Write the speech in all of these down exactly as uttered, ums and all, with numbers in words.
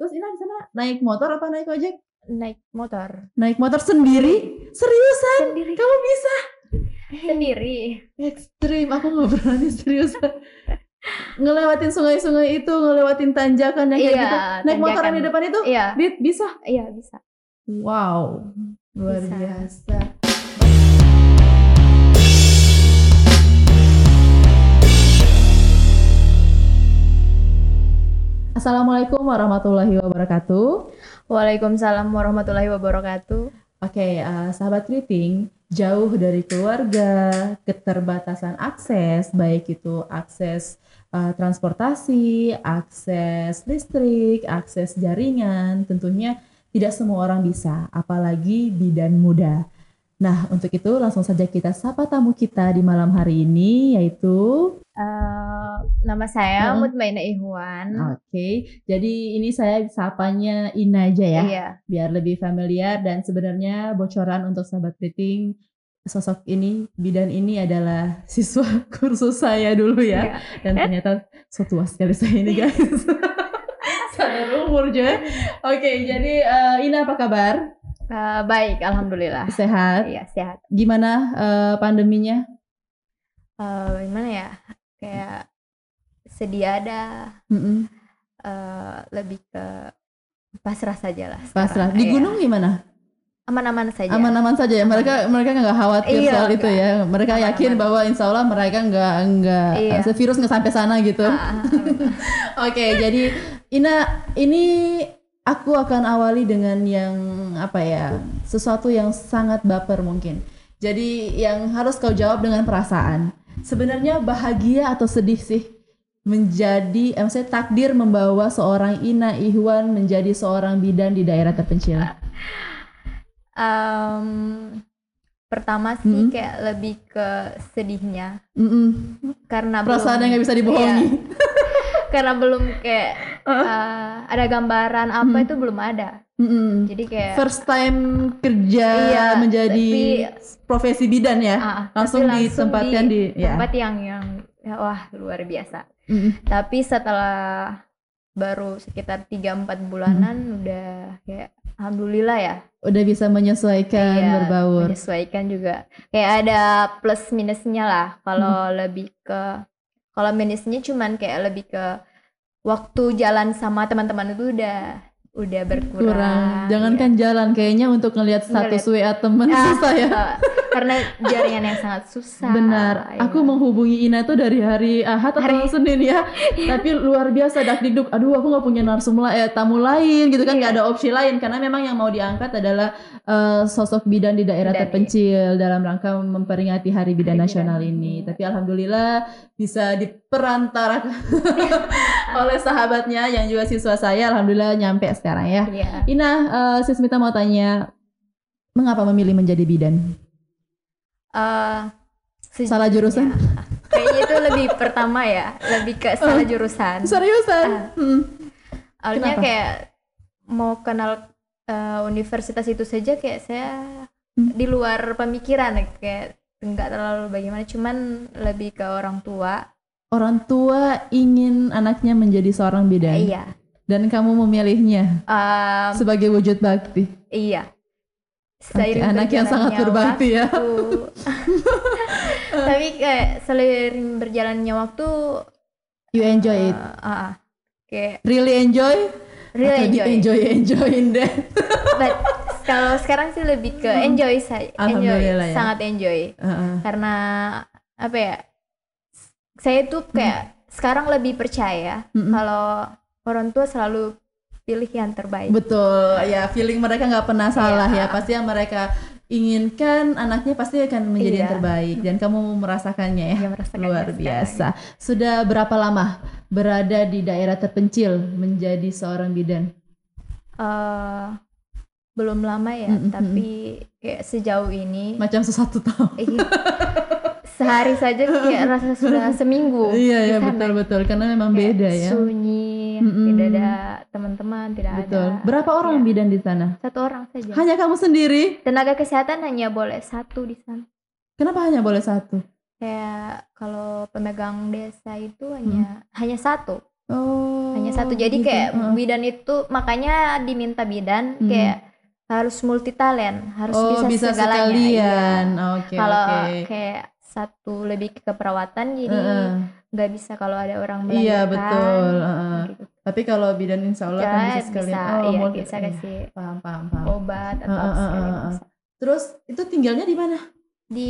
Terus Ina di sana naik motor apa naik ojek? Naik motor. Naik motor sendiri? Seriusan? Sendiri. Kamu bisa? Sendiri. Ekstrim, aku nggak berani seriusan. Ngelewatin sungai-sungai itu, ngelewatin tanjakan yang kayak Iya, gitu. Naik motor yang di depan itu? Iya. Dit, bisa? Iya, bisa. Wow, luar Bisa. biasa. Assalamualaikum warahmatullahi wabarakatuh. Waalaikumsalam warahmatullahi wabarakatuh. Oke, uh, sahabat Kriting, jauh dari keluarga, keterbatasan akses, baik itu akses uh, transportasi, akses listrik, akses jaringan, tentunya tidak semua orang bisa, apalagi bidan muda. Nah, untuk itu langsung saja kita sapa tamu kita di malam hari ini, yaitu Uh, nama saya Hmm. Mutmainah Ihwan. Oke, jadi ini saya sapanya Ina aja ya, Iya. biar lebih familiar. Dan sebenarnya bocoran untuk sahabat Kriting, sosok ini, bidan ini adalah siswa kursus saya dulu ya. Iya. Dan ternyata so tua sekali saya ini guys. Sadar umur juga. Oke, jadi uh, Ina apa kabar? Uh, baik, alhamdulillah. Sehat? Iya, sehat. Gimana uh, pandeminya? Uh, gimana ya? Kayak sedih ada, Mm-mm. uh, lebih ke pasrah saja lah. Pasrah. sekarang. Di Iya. gunung gimana? Aman-aman saja. Aman-aman saja ya. Mereka mereka nggak khawatir Iya, soal itu enggak. ya. Mereka Aman-aman. yakin bahwa insya Allah mereka nggak nggak Iya. uh, virus nggak sampai sana gitu. Ah, Oke, jadi Ina, ini aku akan awali dengan yang apa ya, sesuatu yang sangat baper mungkin. Jadi yang harus kau jawab dengan perasaan. Sebenarnya bahagia atau sedih sih menjadi, eh, maksudnya takdir membawa seorang Ina Ihwan menjadi seorang bidan di daerah terpencil. um, pertama sih Mm-mm. kayak lebih ke sedihnya Mm-mm. karena Perasaan belum, yang nggak bisa dibohongi. iya, karena belum kayak uh, ada gambaran apa Hmm. itu belum ada. Mm-mm. Jadi kayak First time kerja Iya, menjadi tapi- profesi bidan ya, ah, langsung tapi ditempatkan di, ya. tempat yang yang ya, wah luar biasa. Mm-mm. Tapi setelah baru sekitar tiga empat bulanan udah kayak alhamdulillah ya. Udah bisa menyesuaikan, Iya, berbaur. menyesuaikan juga. Kayak ada plus minusnya lah. Kalau lebih ke kalau minusnya cuman kayak lebih ke waktu jalan sama teman-teman itu udah udah berkurang. Kurang. Jangankan iya. jalan, kayaknya untuk ngelihat status W A temen Ah, susah ya. uh, karena jaringan yang sangat susah. Benar. Iya. Aku menghubungi Ina tuh dari hari Ahad atau Hari- Senin ya. Tapi luar biasa dakdikduk. Aduh, aku nggak punya narsum la- eh, tamu lain gitu kan, Iya. nggak ada opsi lain karena memang yang mau diangkat adalah eh, sosok bidan di daerah Bidan, terpencil dalam rangka memperingati Hari Bidan Hari Nasional Bidan, ini. iya. Tapi alhamdulillah bisa diperantarakan oleh sahabatnya yang juga siswa saya. Alhamdulillah nyampe sekarang ya. Iya. Ina, eh, Sis Mita mau tanya, mengapa memilih menjadi bidan? Uh, Salah jurusan? sejujurnya, kayaknya itu lebih pertama ya, lebih ke salah jurusan. Seriusan? Hmm. Awalnya Kenapa? kayak mau kenal uh, universitas itu saja kayak saya Hmm. di luar pemikiran, kayak nggak terlalu bagaimana, cuman lebih ke orang tua. Orang tua ingin anaknya menjadi seorang bidan. Iya. Dan kamu memilihnya Um, sebagai wujud bakti. iya. Oke, anak yang sangat berjalannya berbakti ya. waktu. Tapi kayak seiring berjalannya waktu, You enjoy it. uh, uh, uh, kayak Really enjoy? really Atau enjoy. enjoy enjoyin deh. But kalau sekarang sih lebih ke enjoy saja, enjoy, Alhamdulillah ya. sangat enjoy. Heeh. Karena apa ya? Saya tuh kayak sekarang lebih percaya Mm-mm. kalau orang tua selalu pilih yang terbaik. Betul, ya feeling mereka nggak pernah salah Iya. ya. Pasti yang mereka inginkan anaknya pasti akan menjadi yang Iya. terbaik. Dan kamu merasakannya ya. Iya, merasakannya Luar sekarang. biasa. Sudah berapa lama berada di daerah terpencil menjadi seorang bidan? Eh, belum lama ya, Mm-mm. tapi kayak sejauh ini Macam sesuatu tahun. eh, sehari saja kayak rasa sudah seminggu. Iya di ya, sana. betul-betul karena memang Kayak beda ya. sunyi, Mm-mm. tidak ada teman-teman, tidak Betul. ada. Berapa orang Iya. bidan di sana? Satu orang saja. Hanya kamu sendiri? Tenaga kesehatan hanya boleh satu di sana. Kenapa hanya boleh satu? Kayak kalau pemegang desa itu hanya hanya satu. Oh, hanya satu. Jadi gitu. kayak Heeh. bidan itu makanya diminta bidan Hmm. kayak harus multi talent, harus Oh, bisa, bisa segalanya. sekalian. Iya. Oke, Kalau oke. kayak satu lebih ke keperawatan, jadi Heeh. nggak bisa kalau ada orang Iya, melahirkan. betul. Heeh. Gitu. Tapi kalau bidan insya Allah kan bisa Ya, sekalian. bisa, Oh, iya, multi. bisa Iya, kasih paham, paham, paham. obat atau Heeh, apa heeh, sekali heeh. bisa. Terus itu tinggalnya di mana? Di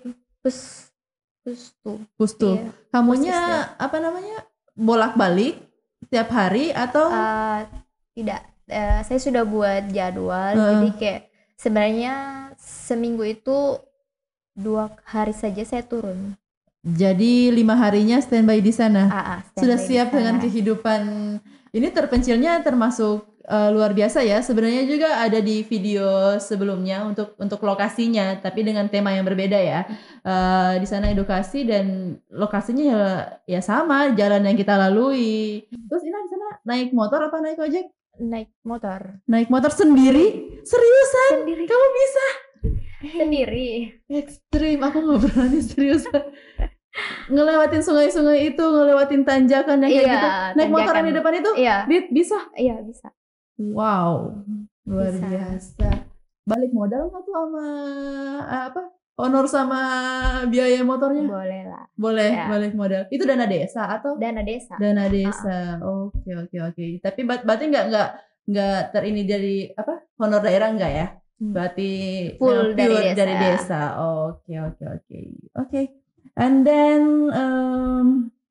pus pustu. Pustu. Iya, Kamunya puskesmas. apa namanya? Bolak-balik tiap hari atau? Eh, tidak, Eh, saya sudah buat jadwal, Heeh. jadi kayak sebenarnya seminggu itu dua hari saja saya turun. Jadi lima harinya standby di sana. Ah, ah, Sudah standby di siap dengan sana. kehidupan ini terpencilnya termasuk eh, luar biasa ya. Sebenarnya juga ada di video sebelumnya untuk untuk lokasinya, tapi dengan tema yang berbeda ya. Eh, di sana edukasi dan lokasinya ya, ya sama jalan yang kita lalui. Terus ini di sana naik motor apa naik ojek? Naik motor Naik motor sendiri? Seriusan? sendiri. Kamu bisa? Sendiri. Ekstrim, aku nggak berani seriusan. Ngelewatin sungai-sungai itu, ngelewatin tanjakan yang kayak Iya, gitu. Naik motor yang tanjakan. di depan itu, Iya, Dit, bisa? iya bisa. Wow, luar Bisa. biasa. Balik modal nggak tuh sama eh, apa? Honor sama biaya motornya? Boleh lah. Boleh, Ya. balik modal. Itu dana desa atau? Dana desa. Dana desa. Oke, oke, oke. Tapi ber- berarti nggak nggak nggak terini dari apa? Honor daerah nggak ya? Berarti Full eh, dari pure desa. dari desa. Oke, oke, oke. Oke. And then um,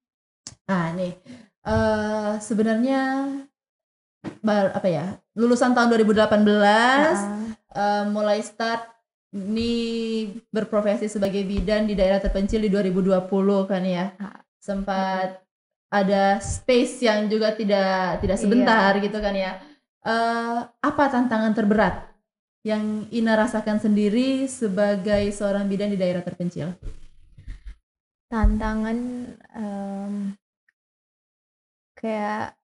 ah nih eh sebenarnya bar- apa ya? Lulusan tahun dua ribu delapan belas Ah, eh, mulai start nih berprofesi sebagai bidan di daerah terpencil di dua ribu dua puluh kan ya. Ah. Sempat ada space yang juga tidak tidak sebentar gitu kan ya. Eh, apa tantangan terberat yang Ina rasakan sendiri sebagai seorang bidan di daerah terpencil? tantangan em, kayak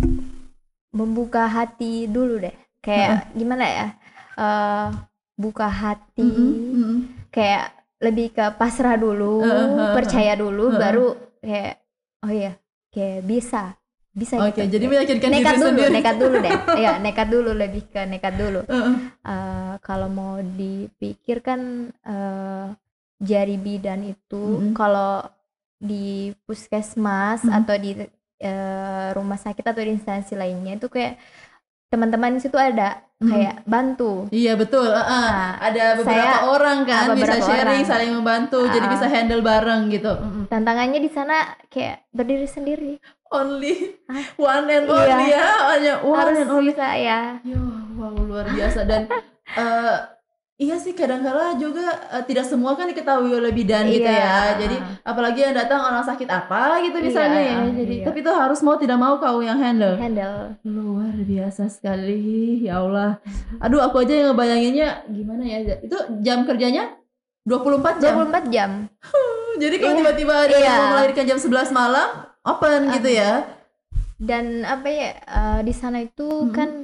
membuka hati dulu deh. Kayak gimana ya? Eh, buka hati, Mm-mm, mm-mm. kayak lebih ke pasrah dulu, Uh-uh, percaya dulu, uh-uh. baru kayak oh iya, kayak bisa, bisa Oke, gitu. jadi Kayak meyakinkan diri nekat dulu, sendiri. nekat dulu deh. Ya, nekat dulu, lebih ke nekat dulu. Uh-uh. Eh, kalau mau dipikir kan eh, jari bidan itu Mm-mm. kalau di puskesmas Mm-mm. atau di eh, rumah sakit atau di instansi lainnya itu kayak teman-teman di situ ada Mm-mm. kayak bantu. Iya betul, uh-uh. Nah, ada beberapa saya- orang kan ada bisa beberapa sharing, orang. saling membantu, jadi Uh-uh. bisa handle bareng gitu. Mm-mm. Tantangannya di sana kayak berdiri sendiri. Only Ah, one and iya. only ya, hanya one Harus and only. bisa ya. Yo, wow luar biasa dan eh, iya sih kadang-kala juga eh, tidak semua kan diketahui oleh bidan gitu Iya. ya. Jadi apalagi yang datang orang sakit apa gitu misalnya Iya, ya. Jadi iya. tapi itu harus mau tidak mau kau yang handle. Handle. Luar biasa sekali, ya Allah. Aduh, aku aja yang ngebayanginnya gimana ya. Itu jam kerjanya dua puluh empat dua jam. puluh empat jam. Jadi kalau Iya. tiba-tiba ada yang Iya. mau melahirkan jam sebelas malam, open gitu ya. Dan apa ya, eh, di sana itu Mm-mm. kan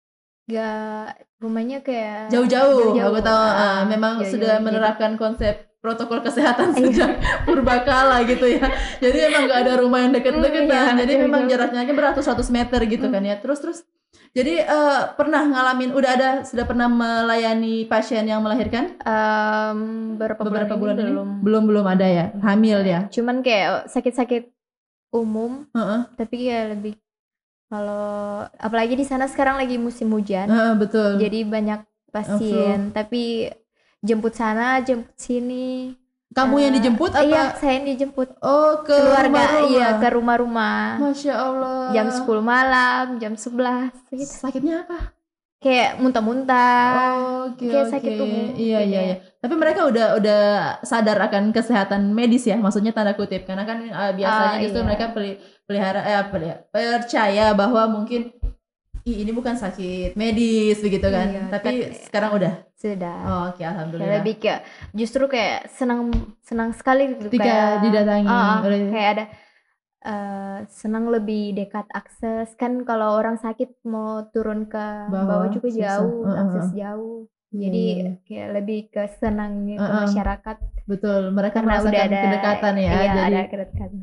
gak rumahnya kayak Jauh-jauh, jauh-jauh. aku tahu Ah, eh, memang jauh-jauh. sudah Jadi- menerapkan konsep protokol kesehatan Iya. sejak purbakala gitu ya. Jadi emang nggak ada rumah yang deket-deketan. Mm, iya, Jadi jauh-jauh. memang jaraknya beratus-ratus meter gitu kan ya. Terus terus. Jadi eh, pernah ngalamin, udah ada, sudah pernah melayani pasien yang melahirkan Em, beberapa, beberapa bulan, bulan, ini ini? belum. Belum belum ada ya, hamil ya. Cuman kayak sakit-sakit umum, Heeh, tapi ya lebih kalau apalagi di sana sekarang lagi musim hujan, heeh, betul. jadi banyak pasien. Tapi jemput sana, jemput sini. Kamu yang Eh, dijemput apa? Iya, saya yang dijemput. Oh, ke Keluarga, rumah-rumah. iya, ke rumah-rumah. Masya Allah. Jam sepuluh malam, jam sebelas gitu. Sakitnya apa? Kayak muntah-muntah. Oke, kayak oke. sakit umum Iya, gitu iya, ya. iya. Tapi mereka udah udah sadar akan kesehatan medis ya, maksudnya tanda kutip. Karena kan eh, biasanya Ah, justru iya. mereka peli- pelihara eh peli- percaya bahwa mungkin Ih, ini bukan sakit medis begitu kan. Iya, Tapi tapi- sekarang udah. Sudah. Oh, oke, Kayak alhamdulillah. lebih kayak justru kayak senang senang sekali gitu Ketika kayak didatangi Ah, ah, oleh- kayak ada eh, senang lebih dekat akses kan kalau orang sakit mau turun ke Bawah, bawah juga susah. jauh, Uh, uh, akses uh. jauh. Iya, Jadi iya, iya. kayak lebih ke senangnya ke Uh, uh. masyarakat Betul, mereka karena udah merasakan ada kedekatan ya. iya, Jadi ada kedekatan.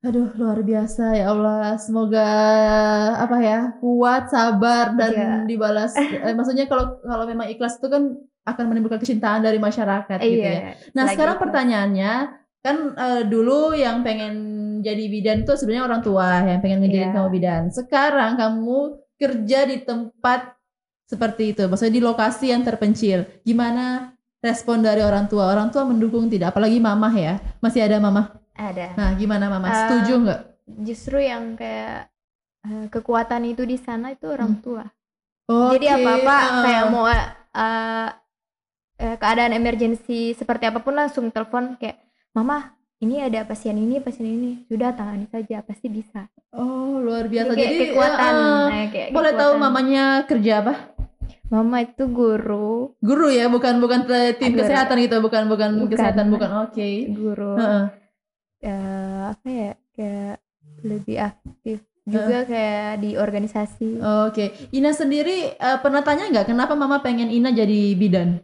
Aduh, luar biasa ya Allah. Semoga apa ya, kuat, sabar dan Iya. dibalas. Eh, maksudnya kalau kalau memang ikhlas itu kan akan menimbulkan kecintaan dari masyarakat gitu ya. Iya, Nah, selagi sekarang ikhlas. pertanyaannya kan eh, dulu yang pengen jadi bidan tuh sebenarnya orang tua yang pengen ngejadiin kamu Iya. bidan. Sekarang kamu kerja di tempat seperti itu, maksudnya di lokasi yang terpencil. Gimana respon dari orang tua? Orang tua mendukung tidak? Apalagi mamah ya. Masih ada mamah. Ada. Nah, gimana mama? Eh, Setuju nggak? justru yang kayak eh, kekuatan itu di sana itu orang Hmm. tua. Jadi Oke, apa-apa kayak heeh. mau eh, eh, keadaan emergensi seperti apapun langsung telepon kayak, "Mama, ini ada pasien ini, pasien ini." Sudah tangani saja, pasti bisa. Oh, luar Ini biasa. kayak Jadi, kekuatan, heeh. eh, kayak Boleh tahu kekuatan. mamanya kerja apa? Mama itu guru, Guru ya, bukan bukan te- tim guru, kesehatan gitu, bukan bukan bukan kesehatan, bukan. Oke. guru. Heeh, Eh, apa ya? Kayak lebih aktif heeh. juga kayak di organisasi. Oke. Ina sendiri eh, pernah tanya nggak kenapa mama pengen Ina jadi bidan?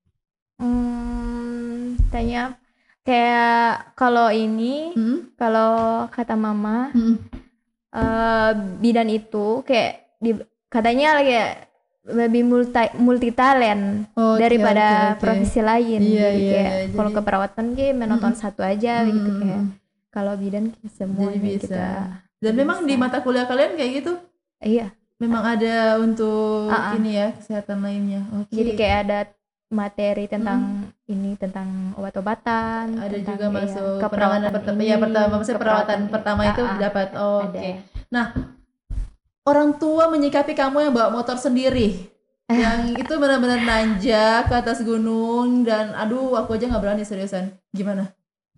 Hmm, tanya kayak kalau ini, Hmm? kalau kata mama, Hmm. eh, bidan itu kayak di, katanya kayak lebih multi multi talent Oke, daripada oke, oke. profesi lain. Iya, Jadi iya, kayak iya. kalau Jadi, keperawatan kayak menonton mm-mm. satu aja gitu Mm-mm, kayak. mm-mm. Kalau bidan kayak Jadi semuanya bisa. kita. Dan Jadi memang di bisa. mata kuliah kalian kayak gitu? Iya. Memang ada untuk Ah, ah. ini ya, kesehatan lainnya. Oke. Jadi kayak ada materi Mm-mm. tentang ini, tentang obat-obatan, Ada tentang juga iya, masuk penanganan keperawatan pertama ini, ya pertama maksudnya perawatan keperawatan ini. pertama Ah, itu ah, dapat. ada. Oke. Nah, orang tua menyikapi kamu yang bawa motor sendiri. Yang itu benar-benar nanjak ke atas gunung dan aduh aku aja nggak berani seriusan. Gimana?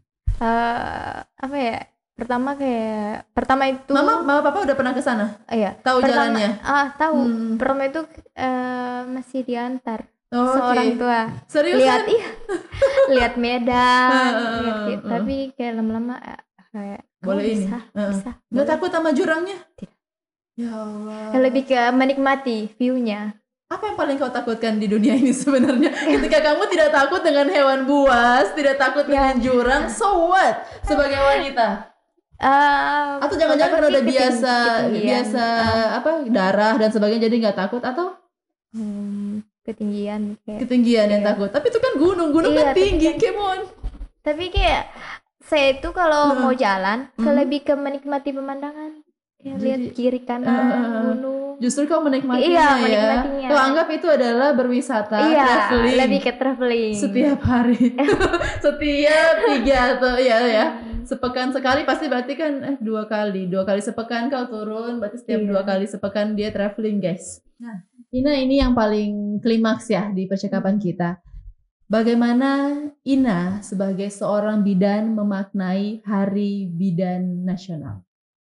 Eh, apa ya? Pertama kayak pertama itu Mama, mama papa udah pernah ke sana? ah, iya. Tahu Pertama jalannya? ah tahu. Hmm. Pertama itu eh, masih diantar Oke. seorang tua. Seriusan? Lihat iya. Lihat medan, Heeh, lihat kayak- heeh. tapi kayak lama-lama eh, kayak oh, Boleh ini. bisa, Heeh. bisa. Nggak boleh. takut sama jurangnya? Tidak. Ya Allah. Kayak lebih ke menikmati view-nya. Apa yang paling kau takutkan di dunia ini sebenarnya? Ketika kamu tidak takut dengan hewan buas, tidak takut Ya. dengan jurang, so what? Sebagai wanita? Eh, Atau jangan-jangan karena udah keting- biasa ketinggian. biasa Eh, apa darah dan sebagainya jadi nggak takut atau hmm, ketinggian kayak. ketinggian yang Iya. takut? Tapi itu kan gunung, gunung Iya, kan tapi tinggi, kan- come on. Tapi kayak saya itu kalau Heeh. mau jalan ke Mhm. lebih ke menikmati pemandangan. Kayak lihat Jadi, kiri kanan eh, gunung. Justru kau menikmatinya Iya, ya. menikmatinya. Kau anggap itu adalah berwisata, Iya, traveling. lebih ke traveling. Setiap hari. Setiap tiga atau ya ya. Sepekan sekali pasti berarti kan eh dua kali. Dua kali sepekan kau turun, berarti setiap Iya. dua kali sepekan dia traveling, guys. Nah, Ina ini yang paling klimaks ya di percakapan kita. Bagaimana Ina sebagai seorang bidan memaknai Hari Bidan Nasional?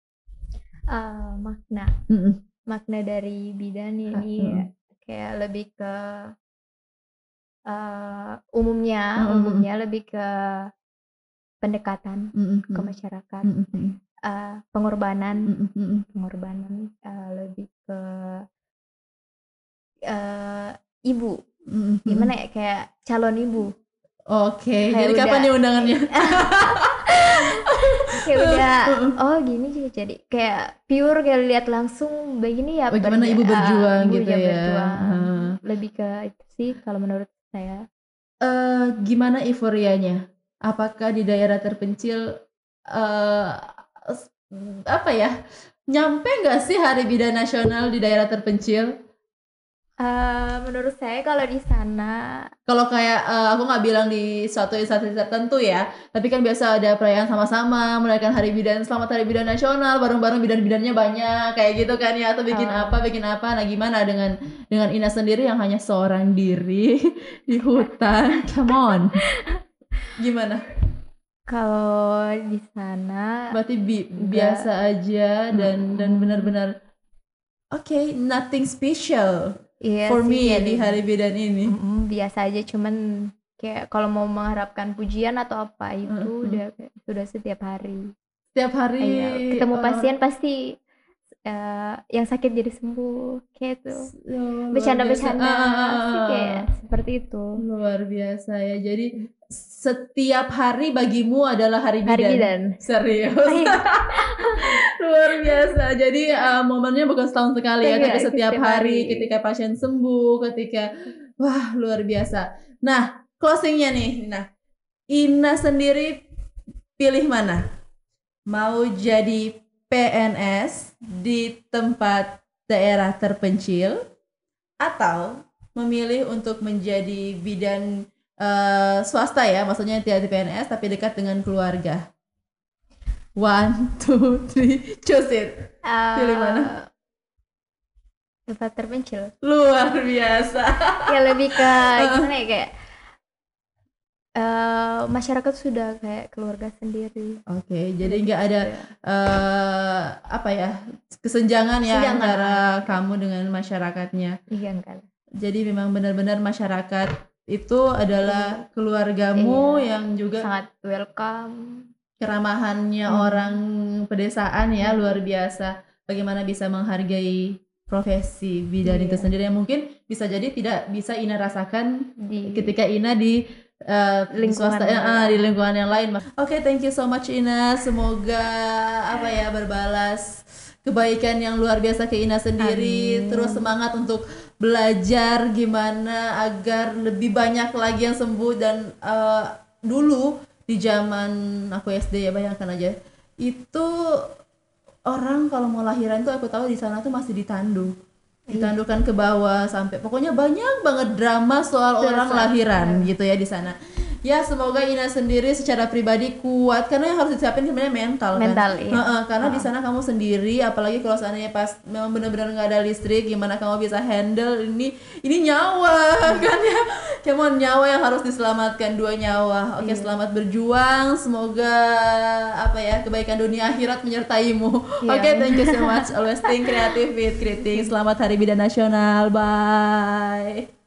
Eh, makna Mm-mm. makna dari bidan ini Mm-mm. ya, kayak lebih ke eh, umumnya Mm-mm. umumnya lebih ke pendekatan Mm-mm. ke masyarakat, Mm-mm. eh, pengorbanan Mm-mm. pengorbanan eh, lebih ke eh, ibu, Mm-mm. gimana ya, kayak calon ibu. Oke, Kayak jadi udah- kapan nih undangannya? Kayak udah Mm-mm. oh gini juga, jadi kayak pure kayak lihat langsung begini ya, Bagaimana berja- ibu ah, berjuang ibu gitu yang ya. berjuang. Heeh. Lebih ke itu sih kalau menurut saya. Eh, gimana euforianya? Apakah di daerah terpencil eh s- apa ya? Nyampe nggak sih Hari Bidan Nasional di daerah terpencil? Eh, menurut saya kalau di sana Kalau kayak eh, aku nggak bilang di suatu instansi tertentu ya, tapi kan biasa ada perayaan sama-sama, merayakan Hari Bidan, Selamat Hari Bidan Nasional, bareng-bareng bidan-bidannya banyak, kayak gitu kan ya, atau bikin Oh. apa, bikin apa. Nah, gimana dengan dengan Ina sendiri yang hanya seorang diri di hutan? Come on. Gimana? kalau di sana Berarti bi- Enggak. biasa aja dan dan Mm-mm. benar-benar oke, nothing special iya for sih, me kayak di Hari Bidan ini. mm-mm, biasa aja, cuman kayak kalau mau mengharapkan pujian atau apa itu Mm-mm. udah kayak- sudah setiap hari. Setiap hari Iya, ketemu orang-orang- pasien pasti eh, yang sakit jadi sembuh kayak itu. Oh, luar biasa. Bercanda-bercanda Ah, ah, ah, sih ah, kayak ah. seperti itu. Luar biasa ya. Jadi setiap hari bagimu adalah hari Hari bidan. bidan. Serius. Iya. Luar biasa. Jadi uh, momennya bukan setahun sekali ya, Iya, tapi setiap setiap hari hari. ketika pasien sembuh, ketika wah luar biasa. Nah, closingnya nih. Nah, Ina sendiri pilih mana? Mau jadi P N S di tempat daerah terpencil atau memilih untuk menjadi bidan uh, swasta ya, maksudnya tidak di P N S tapi dekat dengan keluarga? One, two, three, choose it. Pilih mana? Eh, tempat terpencil. Luar biasa. Ya lebih ke gimana ya, kayak eh, masyarakat sudah kayak keluarga sendiri. Oke, jadi nggak ada eh, apa ya kesenjangan ya Kesenjangan. antara kamu dengan masyarakatnya. Iya kan. Jadi memang benar-benar masyarakat itu adalah keluargamu Iya. yang juga Sangat welcome. keramahannya Hmm. orang pedesaan ya Hmm. luar biasa. Bagaimana bisa menghargai profesi bidan Iya. itu sendiri yang mungkin bisa jadi tidak bisa Ina rasakan Di ketika Ina di uh, di lingkungan swasta yang ah, lain. di lingkungan yang lain. Oke, thank you so much Ina. Semoga apa ya berbalas kebaikan yang luar biasa ke Ina sendiri. Amin. Terus semangat untuk belajar gimana agar lebih banyak lagi yang sembuh dan uh, dulu di zaman aku S D ya, bayangkan aja itu orang kalau mau lahiran tuh aku tahu di sana tuh masih ditandu, ditandukan ke bawah sampai pokoknya banyak banget drama soal Betul, orang Sa. lahiran gitu ya di sana. Ya semoga Ina sendiri secara pribadi kuat karena yang harus disiapin sebenarnya mental, Mental, kan. iya. Heeh, karena di Heeh. sana kamu sendiri, apalagi kalau seandainya pas memang benar-benar nggak ada listrik, gimana kamu bisa handle ini ini nyawa kan ya, kamu nyawa yang harus diselamatkan, dua nyawa. Oke, Iya. selamat berjuang, semoga apa ya kebaikan dunia akhirat menyertaimu. Iya, Oke, amin. thank you so much, always think creative with Kriting. Selamat Hari Bidan Nasional, bye.